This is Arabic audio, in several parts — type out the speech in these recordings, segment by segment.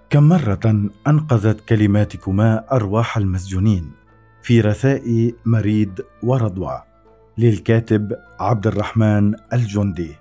كم مرة أنقذت كلماتكما أرواح المسجونين؟ في رثاء مريد ورضوى، للكاتب عبد الرحمن الجندي.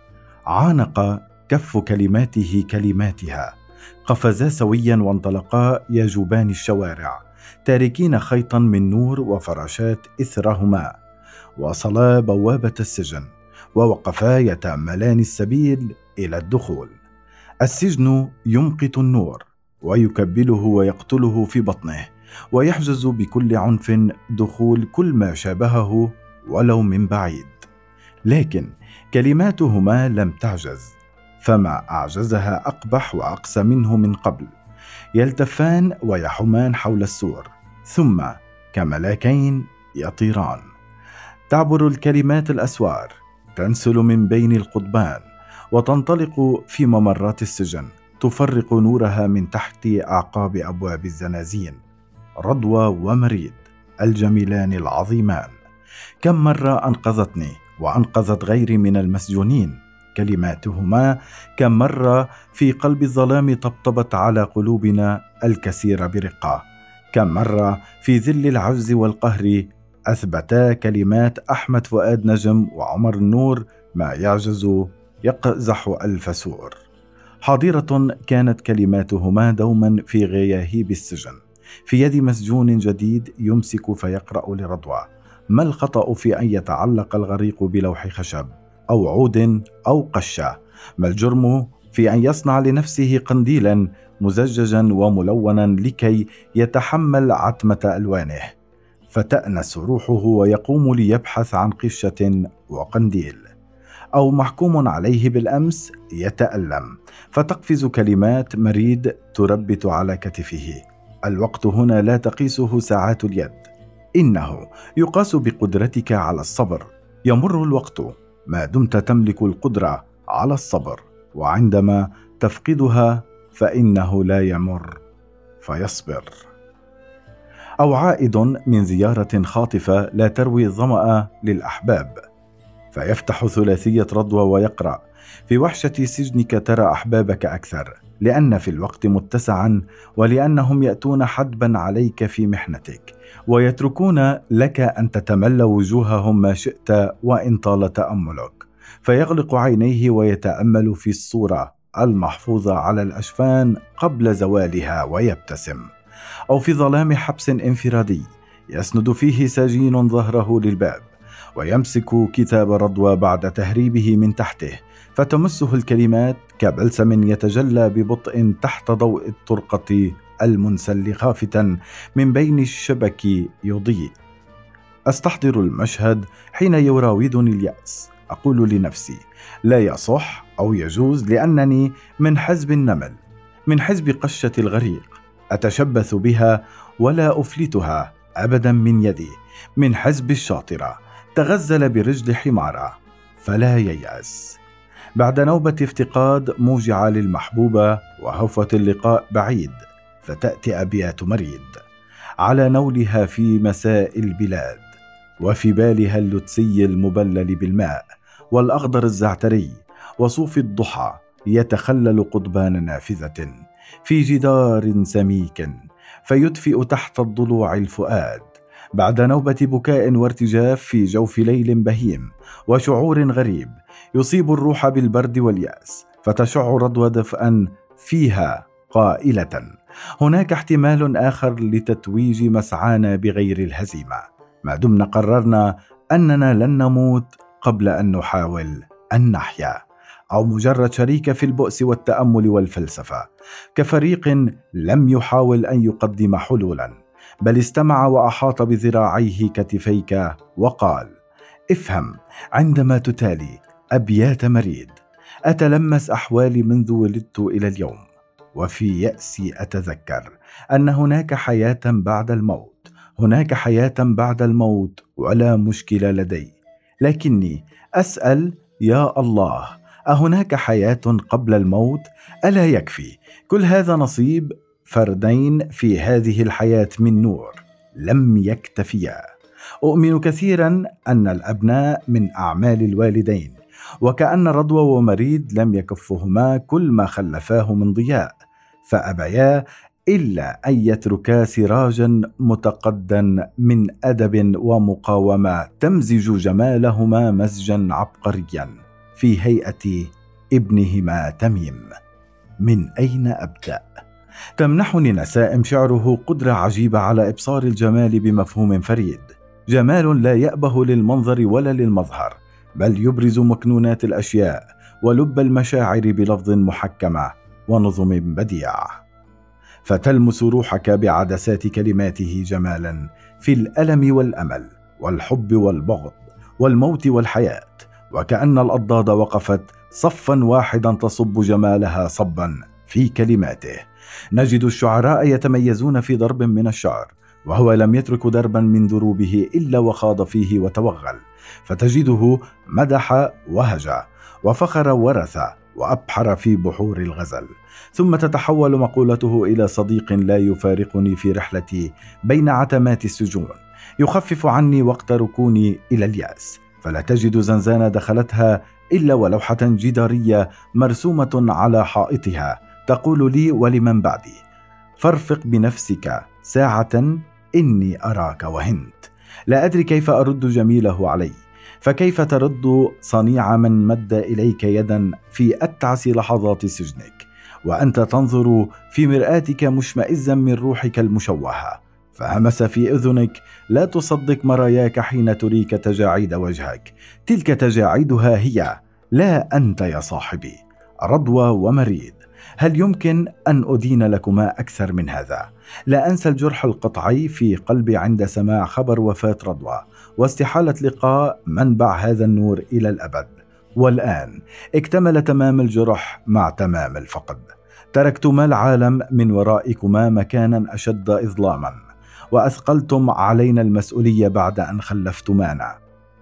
عانق كف كلماته كلماتها، قفزا سويا وانطلقا يجوبان الشوارع، تاركين خيطا من نور وفراشات إثرهما. وصلا بوابة السجن ووقفا يتأملان السبيل إلى الدخول. السجن يمقت النور ويكبله ويقتله في بطنه، ويحجز بكل عنف دخول كل ما شابهه ولو من بعيد. لكن كلماتهما لم تعجز، فما أعجزها أقبح وأقسى منه من قبل. يلتفان ويحمان حول السور، ثم كملاكين يطيران. تعبر الكلمات الأسوار، تنسل من بين القضبان، وتنطلق في ممرات السجن، تفرق نورها من تحت أعقاب أبواب الزنازين. رضوى ومريد، الجميلان العظيمان. كم مرة أنقذتني وأنقذت غيري من المسجونين كلماتهما. كم مرة في قلب الظلام طبطبت على قلوبنا الكثير برقة. كم مرة في ذل العجز والقهر أثبتا كلمات أحمد فؤاد نجم وعمر النور ما يعجز يقزح ألف سور. حاضرة كانت كلماتهما دوما في غياهيب السجن، في يد مسجون جديد يمسك فيقرأ لرضوى: ما الخطأ في أن يتعلق الغريق بلوح خشب أو عود أو قشة؟ ما الجرم في أن يصنع لنفسه قنديلا مزججا وملونا لكي يتحمل عتمة ألوانه؟ فتأنس روحه ويقوم ليبحث عن قشة وقنديل. أو محكوم عليه بالأمس يتألم، فتقفز كلمات مريد تربت على كتفه: الوقت هنا لا تقيسه ساعات اليد، إنه يقاس بقدرتك على الصبر. يمر الوقت ما دمت تملك القدرة على الصبر، وعندما تفقدها فإنه لا يمر فيصبر. أو عائد من زيارة خاطفة لا تروي الظمأ للأحباب، فيفتح ثلاثية رضوى ويقرأ: في وحشة سجنك ترى أحبابك أكثر، لأن في الوقت متسعا، ولأنهم يأتون حدبا عليك في محنتك، ويتركون لك أن تتملى وجوههم ما شئت وإن طال تأملك. فيغلق عينيه ويتأمل في الصورة المحفوظة على الأشفان قبل زوالها ويبتسم. أو في ظلام حبس انفرادي يسند فيه سجين ظهره للباب، ويمسك كتاب رضوى بعد تهريبه من تحته، فتمسه الكلمات كبلسم يتجلى ببطء تحت ضوء الطرقة المنسل خافتا من بين الشبك يضيء. أستحضر المشهد حين يراودني اليأس، أقول لنفسي: لا يصح أو يجوز، لأنني من حزب النمل، من حزب قشة الغريق، أتشبث بها ولا أفلتها أبدا من يدي، من حزب الشاطرة، تغزل برجل حمارة فلا ييأس. بعد نوبة افتقاد موجعة للمحبوبة وهفوة اللقاء بعيد، فتأتي أبيات مريد: على نولها في مساء البلاد، وفي بالها اللتسي المبلل بالماء، والأخضر الزعتري، وصوف الضحى يتخلل قضبان نافذة في جدار سميك، فيدفئ تحت الضلوع الفؤاد. بعد نوبة بكاء وارتجاف في جوف ليل بهيم وشعور غريب يصيب الروح بالبرد واليأس، فتشع رضوى دفئا فيها قائلة: هناك احتمال آخر لتتويج مسعانا بغير الهزيمة، ما دمنا قررنا أننا لن نموت قبل أن نحاول أن نحيا. أو مجرد شريك في البؤس والتأمل والفلسفة، كفريق لم يحاول أن يقدم حلولا، بل استمع وأحاط بذراعيه كتفيك وقال: افهم عندما تتالي أبيات مريد. أتلمس أحوالي منذ ولدت إلى اليوم، وفي يأسي أتذكر أن هناك حياة بعد الموت، هناك حياة بعد الموت، ولا مشكلة لدي، لكني أسأل: يا الله، أهناك حياة قبل الموت؟ ألا يكفي كل هذا نصيب فردين في هذه الحياة من نور لم يكتفيا؟ أؤمن كثيرا أن الأبناء من أعمال الوالدين، وكأن رضوى ومريد لم يكفهما كل ما خلفاه من ضياء، فأبيا إلا أن يتركا سراجا متقدا من أدب ومقاومة تمزج جمالهما مزجا عبقريا في هيئة ابنهما تميم. من أين أبدأ؟ تمنحني نسائم شعره قدرة عجيبة على إبصار الجمال بمفهوم فريد، جمال لا يأبه للمنظر ولا للمظهر، بل يبرز مكنونات الأشياء ولب المشاعر بلفظ محكمة ونظم بديع، فتلمس روحك بعدسات كلماته جمالا في الألم والأمل والحب والبغض والموت والحياة، وكأن الأضداد وقفت صفا واحدا تصب جمالها صبا في كلماته. نجد الشعراء يتميزون في ضرب من الشعر، وهو لم يترك دربا من دروبه إلا وخاض فيه وتوغل، فتجده مدح وهجى وفخر ورثى وأبحر في بحور الغزل، ثم تتحول مقولته إلى صديق لا يفارقني في رحلتي بين عتمات السجون، يخفف عني وقت ركوني إلى اليأس، فلا تجد زنزانة دخلتها إلا ولوحة جدارية مرسومة على حائطها تقول لي ولمن بعدي: فارفق بنفسك ساعة إني أراك وهنت. لا أدري كيف أرد جميله علي، فكيف ترد صنيع من مد إليك يدا في أتعس لحظات سجنك وأنت تنظر في مرآتك مشمئزا من روحك المشوهة، فهمس في أذنك: لا تصدق مراياك حين تريك تجاعيد وجهك، تلك تجاعيدها هي، لا أنت يا صاحبي. رضوى ومريد، هل يمكن أن أدين لكما أكثر من هذا؟ لا أنسى الجرح القطعي في قلبي عند سماع خبر وفاة رضوى واستحالة لقاء منبع هذا النور إلى الأبد، والآن اكتمل تمام الجرح مع تمام الفقد. تركتما العالم من ورائكما مكانا أشد إظلاما، وأثقلتم علينا المسؤولية بعد أن خلفتمانا.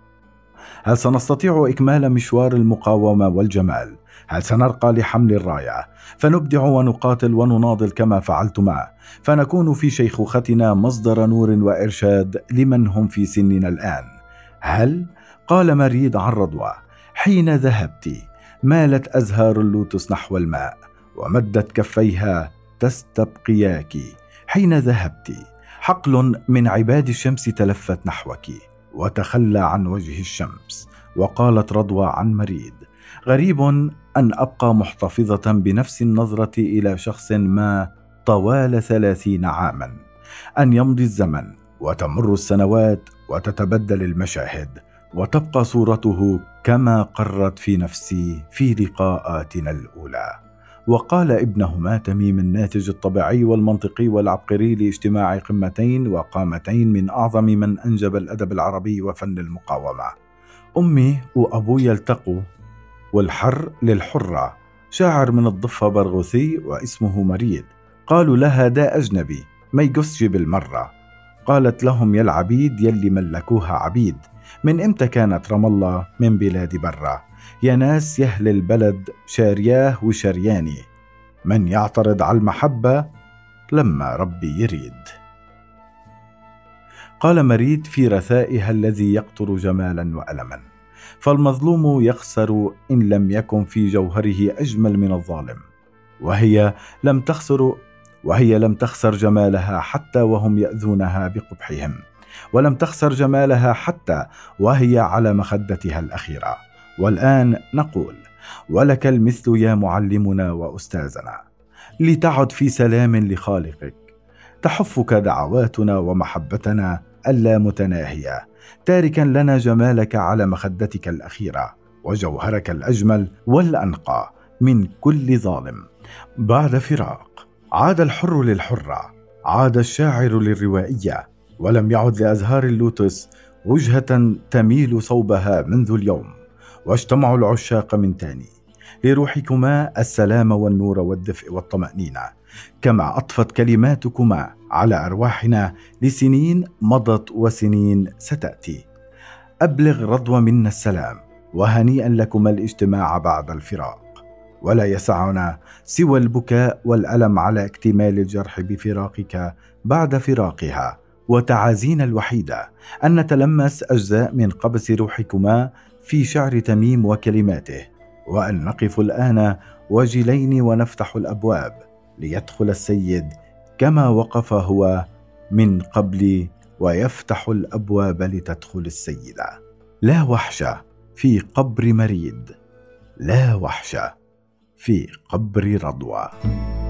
هل سنستطيع إكمال مشوار المقاومة والجمال؟ هل سنرقى لحمل الراية فنبدع ونقاتل ونناضل كما فعلتما، فنكون في شيخوختنا مصدر نور وإرشاد لمن هم في سننا الآن؟ هل؟ قال مريد عن رضوى: حين ذهبت مالت أزهار اللوتس نحو الماء ومدت كفيها تستبقياك، حين ذهبت حقل من عباد الشمس تلفت نحوك وتخلى عن وجه الشمس. وقالت رضوى عن مريد: غريب أن أبقى محتفظة بنفس النظرة إلى شخص ما طوال 30 عاما، أن يمضي الزمن وتمر السنوات وتتبدل المشاهد وتبقى صورته كما قرت في نفسي في لقاءاتنا الأولى. وقال ابنهما تميم الناتج الطبيعي والمنطقي والعبقري لاجتماع قمتين وقامتين من أعظم من أنجب الأدب العربي وفن المقاومة: أمي وأبوي التقوا والحر للحرة، شاعر من الضفة برغوثي واسمه مريد، قالوا لها: ده أجنبي ما يقصش بالمرة. قالت لهم: يا العبيد يلي ملكوها عبيد، من إمتى كانت رام الله من بلاد برا؟ يا ناس يهل البلد شارياه وشرياني، من يعترض على المحبة لما ربي يريد. قال مريد في رثائها الذي يقطر جمالا وألما: فالمظلوم يخسر إن لم يكن في جوهره أجمل من الظالم، وهي لم تخسر جمالها حتى وهم يأذونها بقبحهم، ولم تخسر جمالها حتى وهي على مخدتها الأخيرة. والآن نقول: ولك المثل يا معلمنا وأستاذنا، لتعد في سلام لخالقك، تحفك دعواتنا ومحبتنا اللامتناهية، تاركا لنا جمالك على مخدتك الأخيرة وجوهرك الأجمل والأنقى من كل ظالم. بعد فراق عاد الحر للحرة، عاد الشاعر للروائية، ولم يعد لأزهار اللوتس وجهة تميل صوبها منذ اليوم، واجتمعوا العشاق من تاني لروحكما السلام والنور والدفء والطمأنينة، كما أطفت كلماتكما على أرواحنا لسنين مضت وسنين ستأتي. أبلغ رضوى منا السلام، وهنيئا لكما الاجتماع بعد الفراق، ولا يسعنا سوى البكاء والألم على اكتمال الجرح بفراقك بعد فراقها، وتعازينا الوحيدة أن نتلمس أجزاء من قبس روحكما في شعر تميم وكلماته، وأن نقف الآن وجلين ونفتح الأبواب ليدخل السيد كما وقف هو من قبل ويفتح الأبواب لتدخل السيدة. لا وحش في قبر مريد، لا وحش في قبر رضوى.